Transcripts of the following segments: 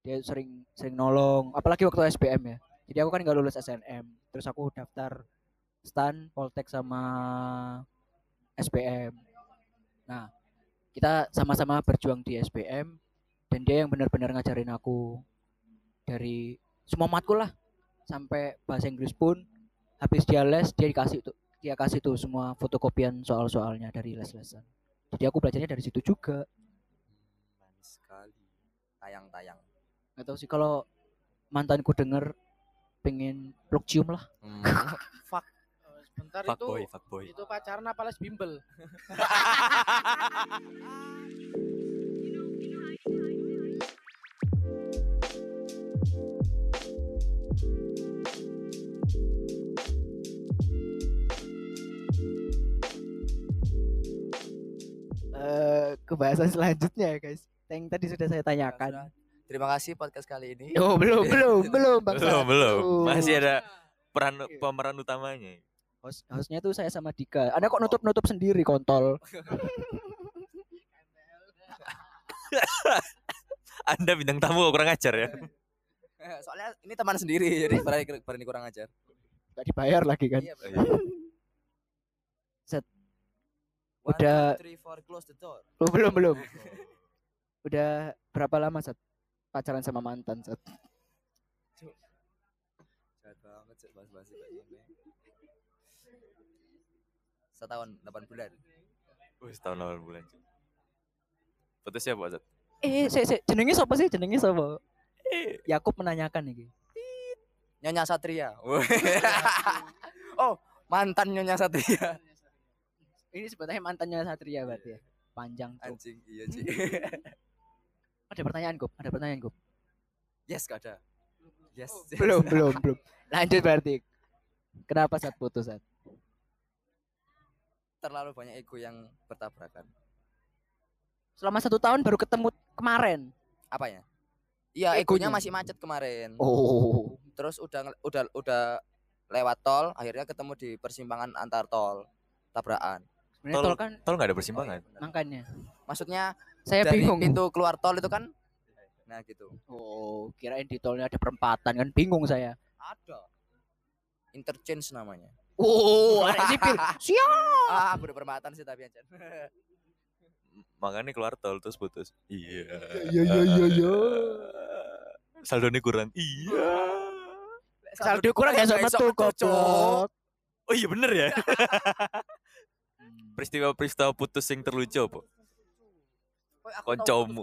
Dia sering sering nolong, apalagi waktu SBM ya. Jadi aku kan nggak lulus SNM, terus aku daftar STAN, Poltek sama SBM. Nah, kita sama-sama berjuang di SBM dan dia yang benar-benar ngajarin aku dari semua matkul lah sampai bahasa Inggris pun habis dia les dia kasih tuh semua fotokopian soal-soalnya dari les-lesan. Jadi aku belajarnya dari situ juga. Manis sekali. Tayang-tayang. Nggak tahu sih kalau mantanku denger pengen peluk cium lah. Fuck. Sebentar Fuckboy. Itu pacaran apa les bimbel? Ke bahasan selanjutnya ya guys. Yang tadi sudah saya tanyakan. Terima kasih podcast kali ini. Oh belum bangsa. Belum. Masih ada pemeran utamanya. Hostnya tuh saya sama Dika. Anda kok nutup sendiri kontol? Anda bintang tamu kurang ajar ya. Soalnya ini teman sendiri jadi berani kurang ajar. Gak dibayar lagi kan? Iya, Set. Udah 1, 2, 3, 4, close the door. Oh, belum. Udah berapa lama Sat pacaran sama mantan Sat? Jahat banget sih bahas-bahas kayak gini. Setahun 8 bulan. Setahun 8 bulan. Putusnya apa Sat? Jenenge sapa? Yakub menanyakan nih. Nyonya Satria. Oh, mantan Nyonya Satria. Ini sebetulnya mantannya Satria berarti ya. Panjang tuh. Anjing, iya sih. Ada pertanyaan Gop. Yes, gak ada. Yes. Belum. Lanjut berarti. Kenapa Sat putus Sat? Terlalu banyak ego yang bertabrakan. Selama 1 tahun baru ketemu kemarin. Apanya? Iya, egonya masih macet kemarin. Oh. Terus udah lewat tol, akhirnya ketemu di persimpangan antar tol, tabrakan. Sebenarnya tol kan enggak ada persimpangan. Makanya. Maksudnya saya dari bingung. Pintu keluar tol itu kan. Nah, gitu. Oh, kirain di tolnya ada perempatan kan, bingung saya. Ada. Interchange namanya. Oh, ada sipil. Siap. Aku udah perempatan sih tapi aja. Makanya keluar tol terus putus. Iya. Saldonya kurang. Iya. Saldo kurang ya sama tuh goblok. Oh iya bener ya. Peristiwa putus yang terlucu apa? Koncomu.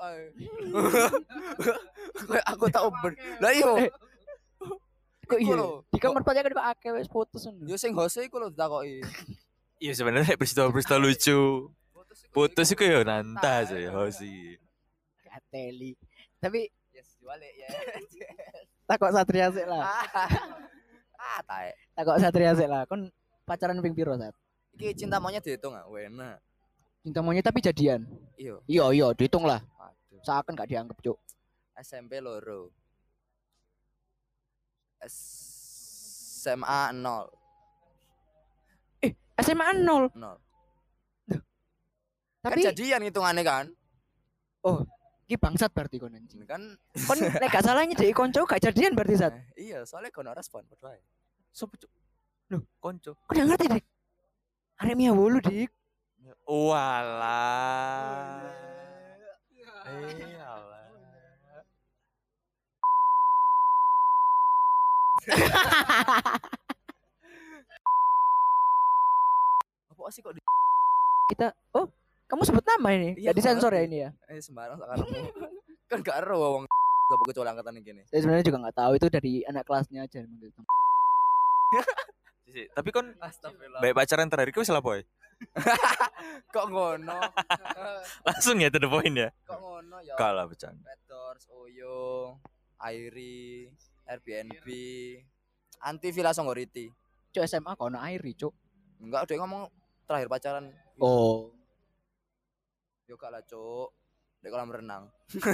Aku tahu lah iyo. Kok iya? Di kamar pacar kan akeh wis putus. Yo sing hose iku lho ditakoki. Iya sebenarnya peristiwa lucu. Putus iku ya nanta sih hosi. Kateli. Tapi yes diwalek ya. takok Satria sik lah. Tae. Takok Satria sik lah. Kon pacaran ping piro, Sat? Iki cinta monyet dihitung ah, wena. Cinta monyet tapi jadian. Iya, dihitung lah. Aduh. Seakan gak dianggap, Cuk. SMP loro. SMA 0. SMA 0. Tapi kan jadian hitungannya kan? Oh, iki bangsat berarti kon anjing. Kan kon nek gak salahnya jadi konco gak jadian berarti Sat. Iya, soalnya kono respon padha ae. Sopo Cuk? Loh, konco. Kok udah ngerti, Dik? Arek Mia Wolu, Dik. Walah. Alah. Apa sih kok kita kamu sebut nama ini? Iya, disensor ya ini ya? Sembarang sakarepmu. Kan gak ero wong sapa kecuali angkatan iki. Saya sebenarnya juga enggak tahu itu dari anak kelasnya aja manggil. Tapi kon baik pacaran terakhir ku wis lapo? Kok ngono? Langsung ya to the point ya. Kok ngono ya? Kalah bercanda. Petors, Oyo, Airi, Airbnb, Anti Villa Songgoriti. Cuk SMA kono Airi, Cuk. Enggak, dia ngomong terakhir pacaran. Oh. Yo gak lah, Cuk. Di kolam renang.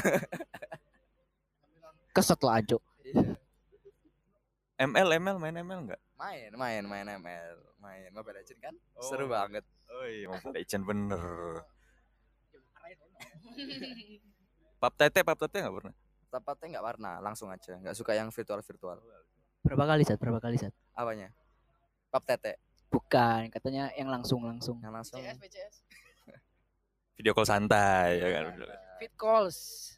Keset lah, Cuk. Iya. ML main ML enggak? Main ML. Main Mobile Legends kan? Seru banget. Oh iya, Mobile Legends bener. Pap tete enggak pernah? Tepatnya nggak warna, langsung aja. Nggak suka yang virtual. Berapa kali, Sat? Apanya? Pap tete. Bukan, katanya yang langsung. Yang langsung. PCS. Video call santai ya kan. Fit calls.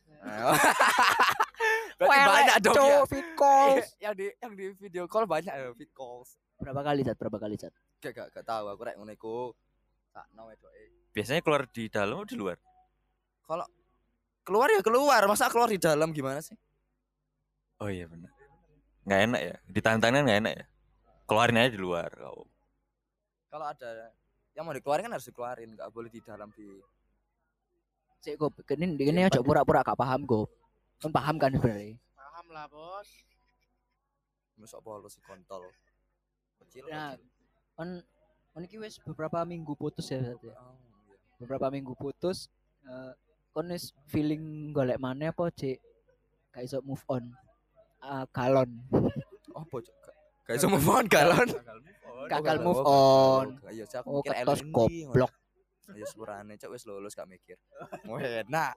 Berarti banyak dong ya. Fit calls. yang di video call banyak ya fit calls. Berapa kali, Sat? Gak tahu aku rek ngono iku. Sakno wedoke. Biasanya keluar di dalam atau di luar? Kalau keluar ya keluar, masa keluar di dalam gimana sih? Oh iya benar. Nggak enak ya, ditantangin nggak enak ya. Keluarin aja di luar kau. Kalau ada yang mau dikeluarin kan harus dikeluarin, nggak boleh di dalam di. Cek Gop, ini aja pura-pura gak paham Gop. Kan paham kan sebenarnya? Paham lah, Bos. Masuk polos si kontol. Kecil. Nah, kan iki wis beberapa minggu putus ya, Sat, ya. Oh, iya. Beberapa minggu putus, kon wis feeling golek maneh apa cek gak iso move on. Galon. Oh, pojok. Gak iso move on galon. Gagal move on. Iya, saya Oh, mikir ketos goblok. Ayo sepurane cok wis lulus gak mikir. Enak.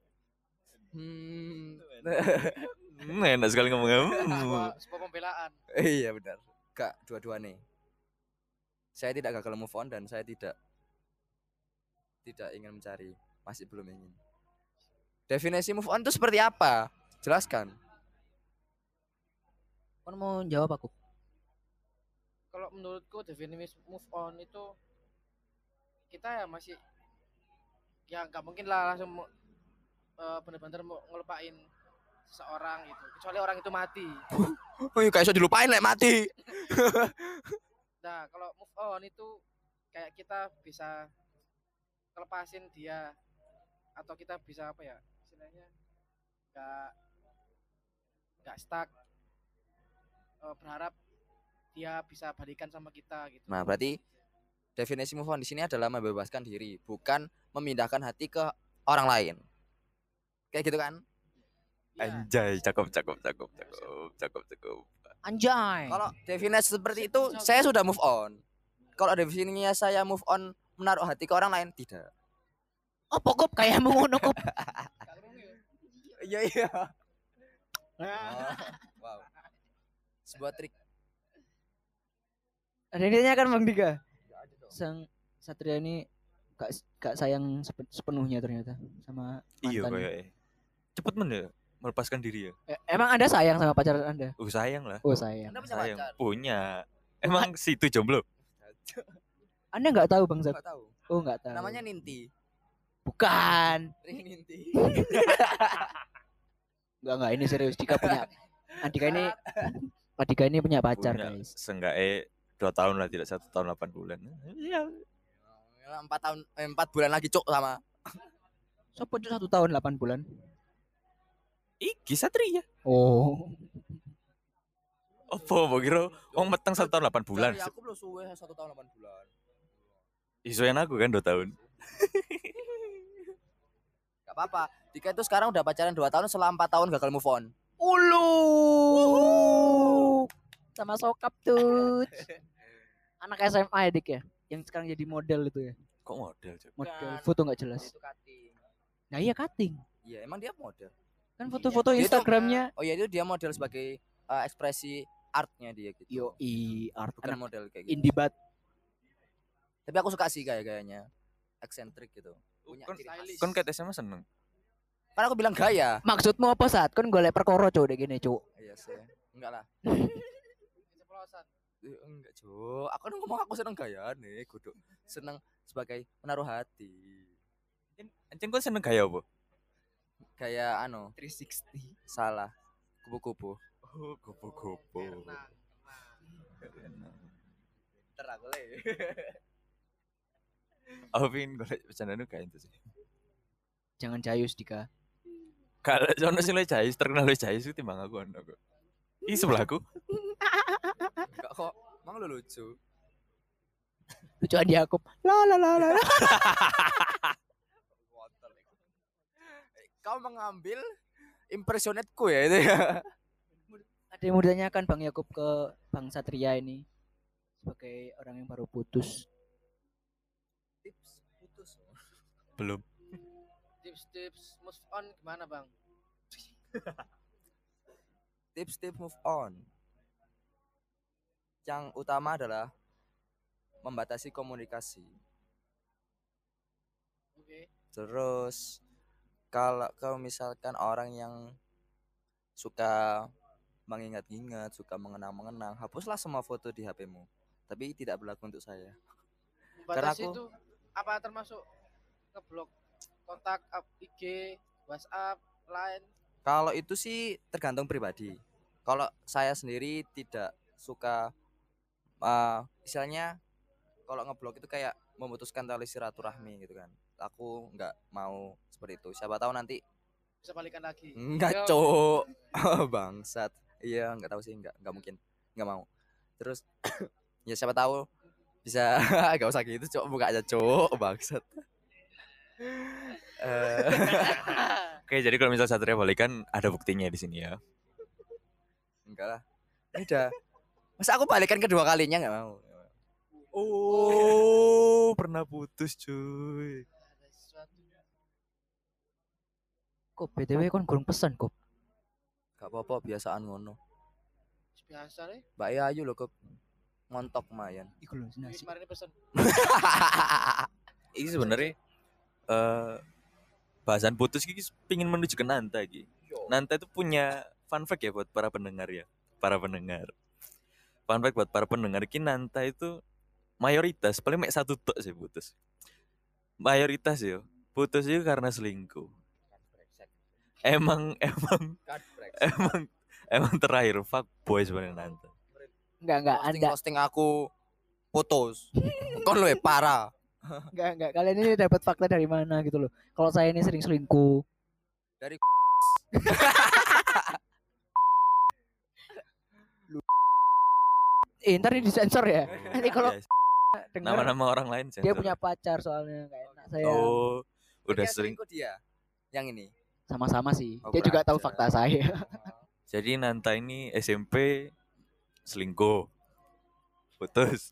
Enak sekali ngomong. Sebuah pembelaan. Iya benar. Kak, dua-duanya. Saya tidak gagal move on dan saya tidak ingin mencari, masih belum ingin. Definisi move on itu seperti apa? Jelaskan. Kon mau jawab aku? Kalau menurutku definisi move on itu kita ya masih ya nggak mungkin lah langsung benar-benar mau ngelupain seseorang gitu, kecuali orang itu mati. Oh iya kayak iso dilupain lek mati. Nah, kalau move on itu kayak kita bisa ngelepasin dia atau kita bisa apa ya istilahnya nggak stuck, berharap dia bisa balikan sama kita gitu. Nah berarti definisi move on di sini adalah membebaskan diri, bukan memindahkan hati ke orang lain. Kayak gitu kan? Ya, Anjay, cakep. Anjay. Kalau definisi seperti itu, saya sudah move on. Kalau definisinya saya move on menaruh hati ke orang lain, tidak. Apa Gop kayak mau ngono Gop? Iya. Wow. Sebuah trik. Ada intinya kan Bang Dika. Sang Satria ini gak sayang sepenuhnya ternyata sama Iya mantannya. kayak. Cepet men ya melepaskan diri ya. Emang Anda sayang sama pacar Anda? Sayang lah. Oh sayang. Anda punya Sayang. pacar? Punya. Emang situ jomblo? Anda nggak tahu Bang Zat? Enggak tahu. Oh nggak tahu. Namanya Ninti. Bukan. Ninti. Enggak ini serius. Adika ini punya pacar guys. Seenggaknya 2 tahun lah, tidak 1 tahun 8 bulan. Iya. 4 bulan lagi cok sama. Sopo cuk 1 tahun 8 bulan. Iki Satria. Oh. Apa mbok kira wong meteng 1 tahun 8 bulan. Dari aku belum suwe 1 tahun 8 bulan. Isuan aku kan 2 tahun. Gak apa-apa. Dika itu sekarang udah pacaran 2 tahun setelah 4 tahun gagal move on. Ulu. Sama sokap tuh. Anak SMA ya Dik ya. Yang sekarang jadi model itu ya. Kok model, Cok? Model foto nggak jelas. Itu cutting. Nah iya cutting. Iya, emang dia model. Kan foto-foto Dia itu- Instagramnya. Oh iya, itu dia model sebagai ekspresi artnya dia gitu. Yo art Bukan anak model kayak gitu. indie bat. Tapi aku suka sih gaya-gayanya. Eksentrik gitu. Punya ciri khas. Kon kayak SMA seneng. Kan aku bilang gaya. Maksudmu apa saat kon golek perkara cuk dek gini cuk. Iya sih. Enggak lah. Keceplosan. Enggak, Cuk. Aku kan ngomong aku seneng gaya nih, kudu seneng sebagai menaruh hati. Anjing kok seneng gaya apa? Kayak 360. Salah. Kupu-kupu. Oh, kupu-kupu. Nah, Ntar aku le. Aku pengen golek bercandaan kayak itu sih. Jangan jayus Dika. Kalau sono sing luwih jayus, terkenal luwih jayus itu timbang aku ono kok. Ih sebelahku. Enggak kok, emang lu lucu. Lucu Andi Yakob. La. Kau mengambil impersonate-ku ya itu ya. Ada yang mau ditanyakan Bang Yakob ke Bang Satria ini sebagai orang yang baru putus. Tips putus. Belum. tips move on gimana, Bang? Tips-tips move on. Yang utama adalah membatasi komunikasi. Oke. Terus kalau misalkan orang yang suka mengingat-ingat, suka mengenang-mengenang, hapuslah semua foto di HP-mu. Tapi tidak berlaku untuk saya. Membatasi itu apa termasuk ngeblok kontak IG, WhatsApp, Line? Kalau itu sih tergantung pribadi. Kalau saya sendiri tidak suka istilahnya kalau ngeblok itu kayak memutuskan tali silaturahmi gitu kan. Aku nggak mau seperti itu. Siapa tahu nanti bisa balikan lagi. Enggak, cok. Bangsat. Iya, nggak tahu sih, nggak mungkin. Nggak mau. Terus ya siapa tahu bisa agak usah gitu, cok. Buka aja, cok. Bangsat. Oke, jadi kalau misal Satria balikan ada buktinya di sini ya. Enggak lah. Udah. Masa aku balikan kedua kalinya nggak mau. Oh, pernah putus, cuy. Kok BTW kon gurung pesan kok. Gak apa-apa, biasaan ngono. Biasa nih. Mbak Ayu lho kok montok mayan. Iku lho nasi. Kemarin pesen. Ini sebenarnya bahasan putus iki pingin menuju ke Nanta iki. Nanta itu punya fun fact ya buat para pendengar ya. Para pendengar. Fun fact buat para pendengar iki Nanta itu mayoritas paling mek satu tok sih putus. Mayoritas yo putus itu karena selingkuh. Emang terakhir fuck boy sebenarnya Nanta. Enggak Posting aku putus. Kon lu parah. Enggak. Kalian ini dapat fakta dari mana gitu loh. Kalau saya ini sering selingkuh. Dari Ntar ini disensor ya. Nanti kalau nama-nama orang lain sensor. Dia punya pacar soalnya enggak enak saya. Oh, udah sering dia. Yang ini. Sama-sama sih. Dia juga tahu fakta saya. Jadi Nanta ini SMP selingkuh. Putus.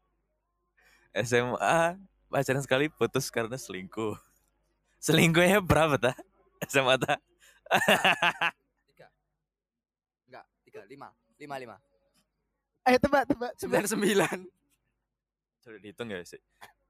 SMA pacaran sekali putus karena selingkuh. Selingkuhnya berapa ta? SMA ta? 3. Enggak, 5. Ayo tebak. 99. Coba dihitung ya sih.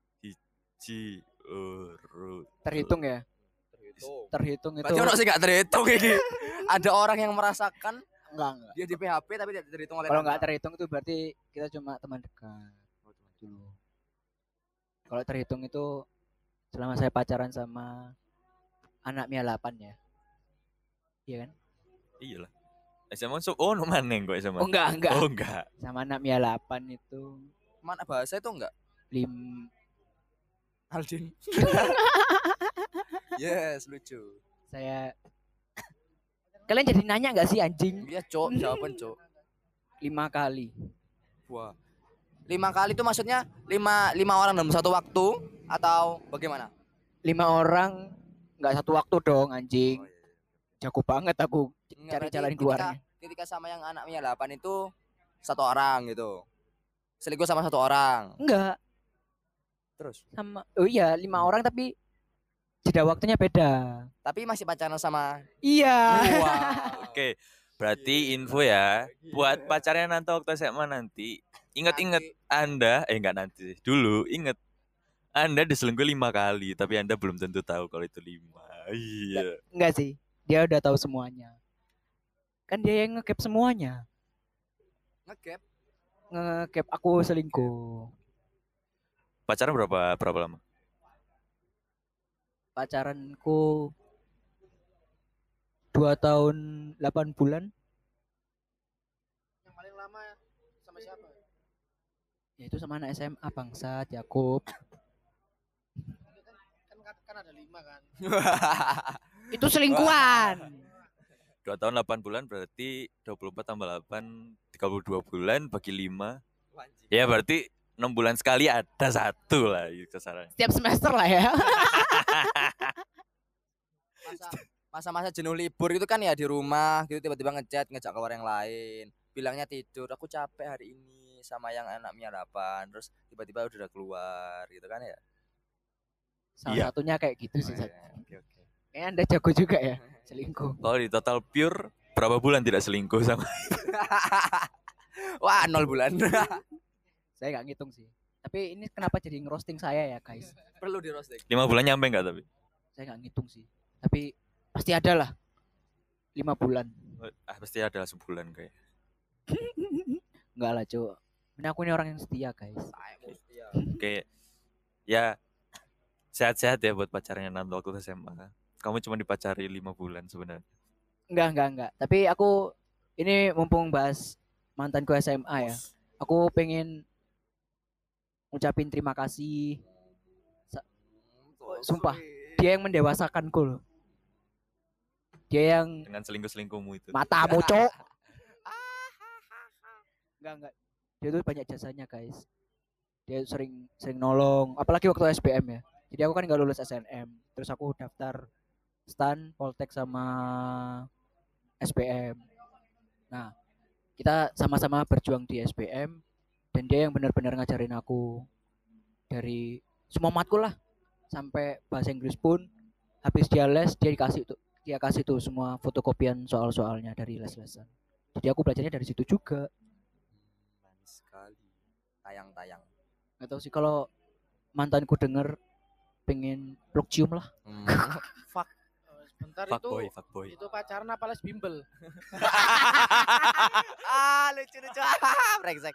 Terhitung ya? Terhitung itu. Berarti orang sih gak terhitung ini. Ada orang yang merasakan enggak. Dia di PHP tapi tidak terhitung oleh. Kalau enggak terhitung itu berarti kita cuma teman dekat. Dulu. Kalau terhitung itu selama saya pacaran sama anak Mia 8 ya. Iya kan? Iyalah. SMA oh no maneng kok SMA. Oh enggak. Oh enggak. Sama anak Mia 8 itu. Mana bahasa itu enggak? Aldin. Yes, lucu. Kalian jadi nanya enggak sih anjing? Iya, Cok, jawaban, Cok. 5 kali. Wah. 5 kali itu maksudnya 5 orang dalam satu waktu atau bagaimana? 5 orang enggak satu waktu dong anjing. Oh, iya. Jago banget aku cari jalan keluarnya. Ketika sama yang anaknya 8 itu 1 orang gitu. Selingkuh sama 1 orang. Enggak. Terus? Sama iya 5 orang tapi jeda waktunya beda. Tapi masih pacaran sama. Iya. Wow. Oke. Berarti info ya buat pacarnya nanti waktu SMA nanti. Ingat-ingat Anda enggak nanti dulu ingat Anda diselingkuh 5 kali tapi Anda belum tentu tahu kalau itu 5. Iya. Enggak sih. Dia udah tahu semuanya. Kan dia yang nge-cap semuanya. Nge-cap aku selingkuh. Pacaran berapa lama? Pacaranku 2 tahun 8 bulan. Yang paling lama sama siapa? Ya itu sama anak SMA bangsat Yakub. Kan ada 5 kan. Itu selingkuhan. 2 tahun 8 bulan berarti 24 tambah 8 32 bulan bagi 5. Ya berarti 6 bulan sekali ada 1 lah kesalahan. Setiap semester lah ya. Masa-masa jenuh libur itu kan ya di rumah gitu tiba-tiba ngejak keluar yang lain. Bilangnya tidur, aku capek hari ini sama yang anaknya 8. Terus tiba-tiba udah keluar gitu kan ya. Salah satunya kayak gitu sih. Oke. Anda jago juga ya selingkuh. Kalau di total pure berapa bulan tidak selingkuh sama? Wah, 0 bulan. Saya nggak ngitung sih. Tapi ini kenapa jadi ngerosting saya ya guys? Perlu di roasting. 5 bulan nyampe enggak tapi? Saya nggak ngitung sih. Tapi pasti ada lah 5 bulan. Pasti ada sebulan kayak. Enggak lah cuk. Ini aku ini orang yang setia guys. Kayak ya sehat-sehat ya buat pacarnya nanti waktu SMA. Kamu cuma dipacari 5 bulan sebenarnya. Enggak. Tapi aku ini mumpung bahas mantanku SMA ya. Aku pengen ngucapin terima kasih. Sumpah, dia yang mendewasakanku loh. Dia yang Dengan selingkuh-selingkuhmu itu. matamu cok. Enggak. Dia tuh banyak jasanya guys. Dia sering nolong, apalagi waktu SBM ya. Jadi aku kan nggak lulus SNM. Terus aku daftar STAN, Poltek sama SBM. Nah, kita sama-sama berjuang di SBM dan dia yang benar-benar ngajarin aku dari semua matkul lah sampai bahasa Inggris pun habis dia les dia kasih tuh semua fotokopian soal-soalnya dari les-lesan. Jadi aku belajarnya dari situ juga. Manis sekali. Tayang-tayang. Nggak tahu sih kalau mantanku denger pengen peluk cium lah. Fuck. Sebentar Fuckboy. itu pacaran apa les bimbel? Lucu. Brengsek.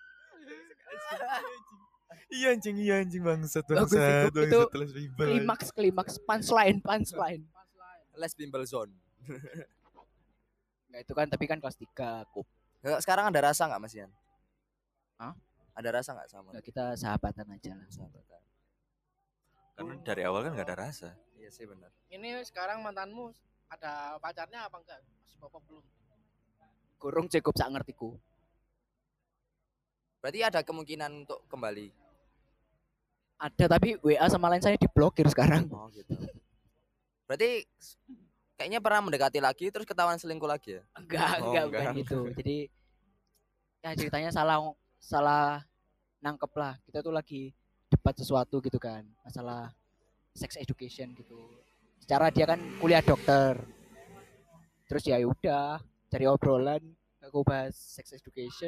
Iya anjing bangsat. Itu klimaks punchline. Les bimbel zone. Nggak itu kan tapi kan kelas 3 aku. Sekarang ada rasa enggak Mas Ian? Hah? Ada rasa enggak sama? Nggak, kita sahabatan aja lah. Sahabatan. Karena dari awal kan nggak ada rasa. Iya sih benar. Ini sekarang mantanmu ada pacarnya apa enggak? Masih bapak belum? Kurung cukup sak ngertiku. Berarti ada kemungkinan untuk kembali. Ada tapi WA sama lain saya diblokir sekarang. Oh gitu. Berarti kayaknya pernah mendekati lagi terus ketahuan selingkuh lagi ya? Enggak bukan gitu. Jadi ya ceritanya salah nangkep lah. Kita tuh lagi debat sesuatu gitu kan, masalah sex education gitu. Secara dia kan kuliah dokter. Terus ya udah cari obrolan, aku bahas sex education.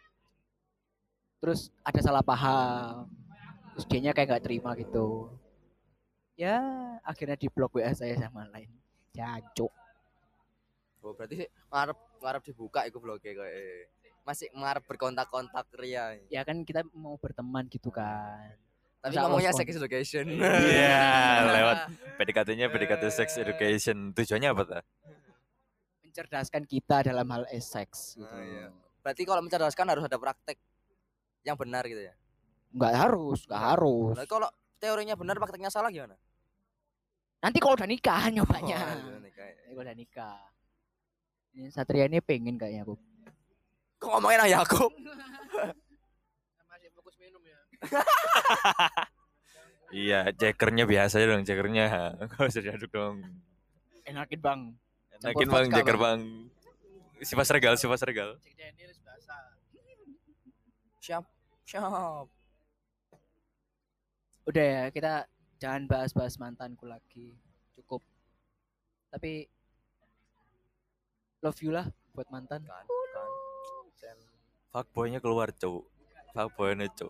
Terus ada salah paham. Terus dianya kayak nggak terima gitu. Ya akhirnya di blok WA saya sama lain. Jancuk. Oh berarti ngarep dibuka iku bloge kayak masih ngarep berkontak-kontak ria. Ya kan kita mau berteman gitu kan. Tapi Masa ngomongnya lost sex education. Iya, lewat PDKT-nya PDKT sex education. Tujuannya apa tuh? mencerdaskan kita dalam hal seks gitu. Iya. Berarti kalau mencerdaskan harus ada praktek yang benar gitu ya. Nggak harus. Nah, kalau teorinya benar prakteknya salah gimana? Nanti kalau udah nikah nyobanya. Oh, Kalau udah nikah. Ini Satria ini pengen kayaknya aku. Kok ngomongin ayah aku? Masih fokus minum ya. Iya, cekernya biasa aja dong, cekernya. Enggak usah diaduk dong. Enakin bang. Enakin bang, ceker bang. Sifat regal. Cek Daniels bahasa. Siap. Udah ya, kita jangan bahas-bahas mantanku lagi. Cukup. Tapi love you lah buat mantan. Kan. Fuckboy-nya keluar, cuk. Fuckboy-nya, cuk.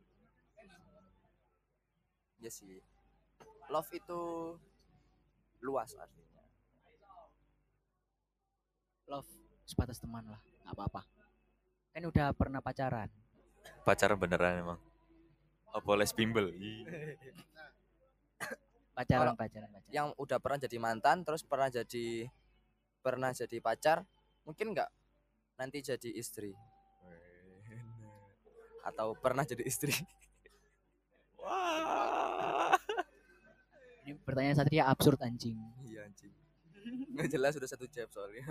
Ya sih. Love itu luas artinya. Love sebatas teman lah, nggak apa-apa. Kan udah pernah pacaran. Pacaran beneran emang. Apa les bimbel? Pacaran. Yang udah pernah jadi mantan terus pernah jadi pacar, mungkin nggak nanti jadi istri. Atau pernah jadi istri. Wah. Ini pertanyaan Satria absurd anjing. Iya anjing. Nggak jelas sudah 1 jam soalnya.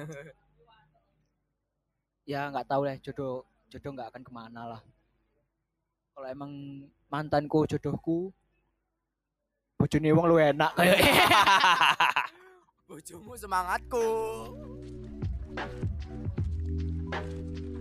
Ya nggak tahu lah, jodoh nggak akan kemana lah. Kalau emang mantanku jodohku, bojone wong lu enak kayak. Bojomu semangatku.